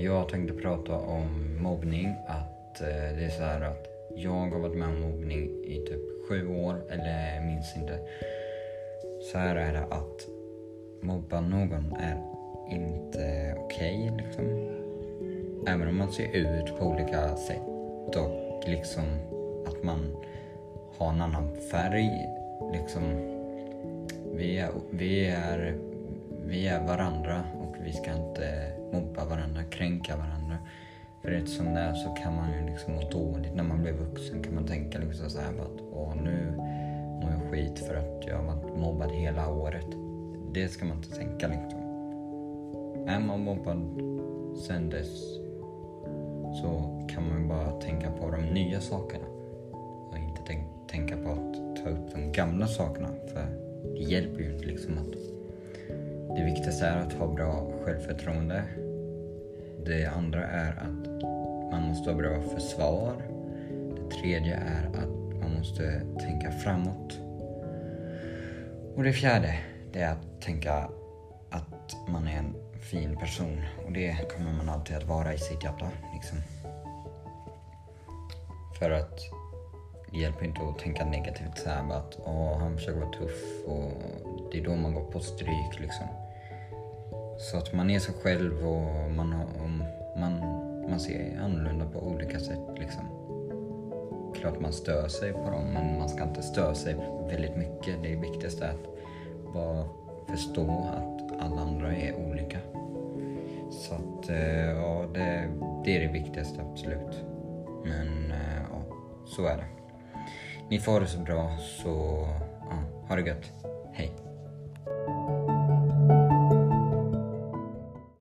Jag tänkte prata om mobbning. Att det är så här att jag har varit med om mobbning i typ 7 år, eller minns inte. Så här är det att mobba någon är inte okej, liksom. Även om man ser ut på olika sätt och liksom att man har en annan färg, liksom. Vi är varandra och vi ska inte mobba varandra, kränka varandra. För eftersom det är så kan man ju liksom må dåligt när man blir vuxen. Kan man tänka liksom så här att nu mår jag skit för att jag har varit mobbad hela året. Det ska man inte tänka liksom. Är man mobbad sen dess så kan man bara tänka på de nya sakerna. Och inte tänka på att ta upp de gamla sakerna. För det hjälper ju liksom att det viktigaste är att ha bra självförtroende. Det andra är att man måste ha bra försvar. Det tredje är att man måste tänka framåt. Och det fjärde, det är att tänka att man är en fin person. Och det kommer man alltid att vara i sitt hjärta, liksom. För att det hjälper inte att tänka negativt så här att han försöker vara tuff och det är då man går på stryk, liksom. Så att man är sig själv och man ser annorlunda på olika sätt, liksom. Klart man stör sig på dem, men man ska inte störa sig väldigt mycket. Det viktigaste är att bara förstå att alla andra är olika. Så att det är det viktigaste, absolut. Men så är det. Ni får ha det så bra, så ha det gött. Hej.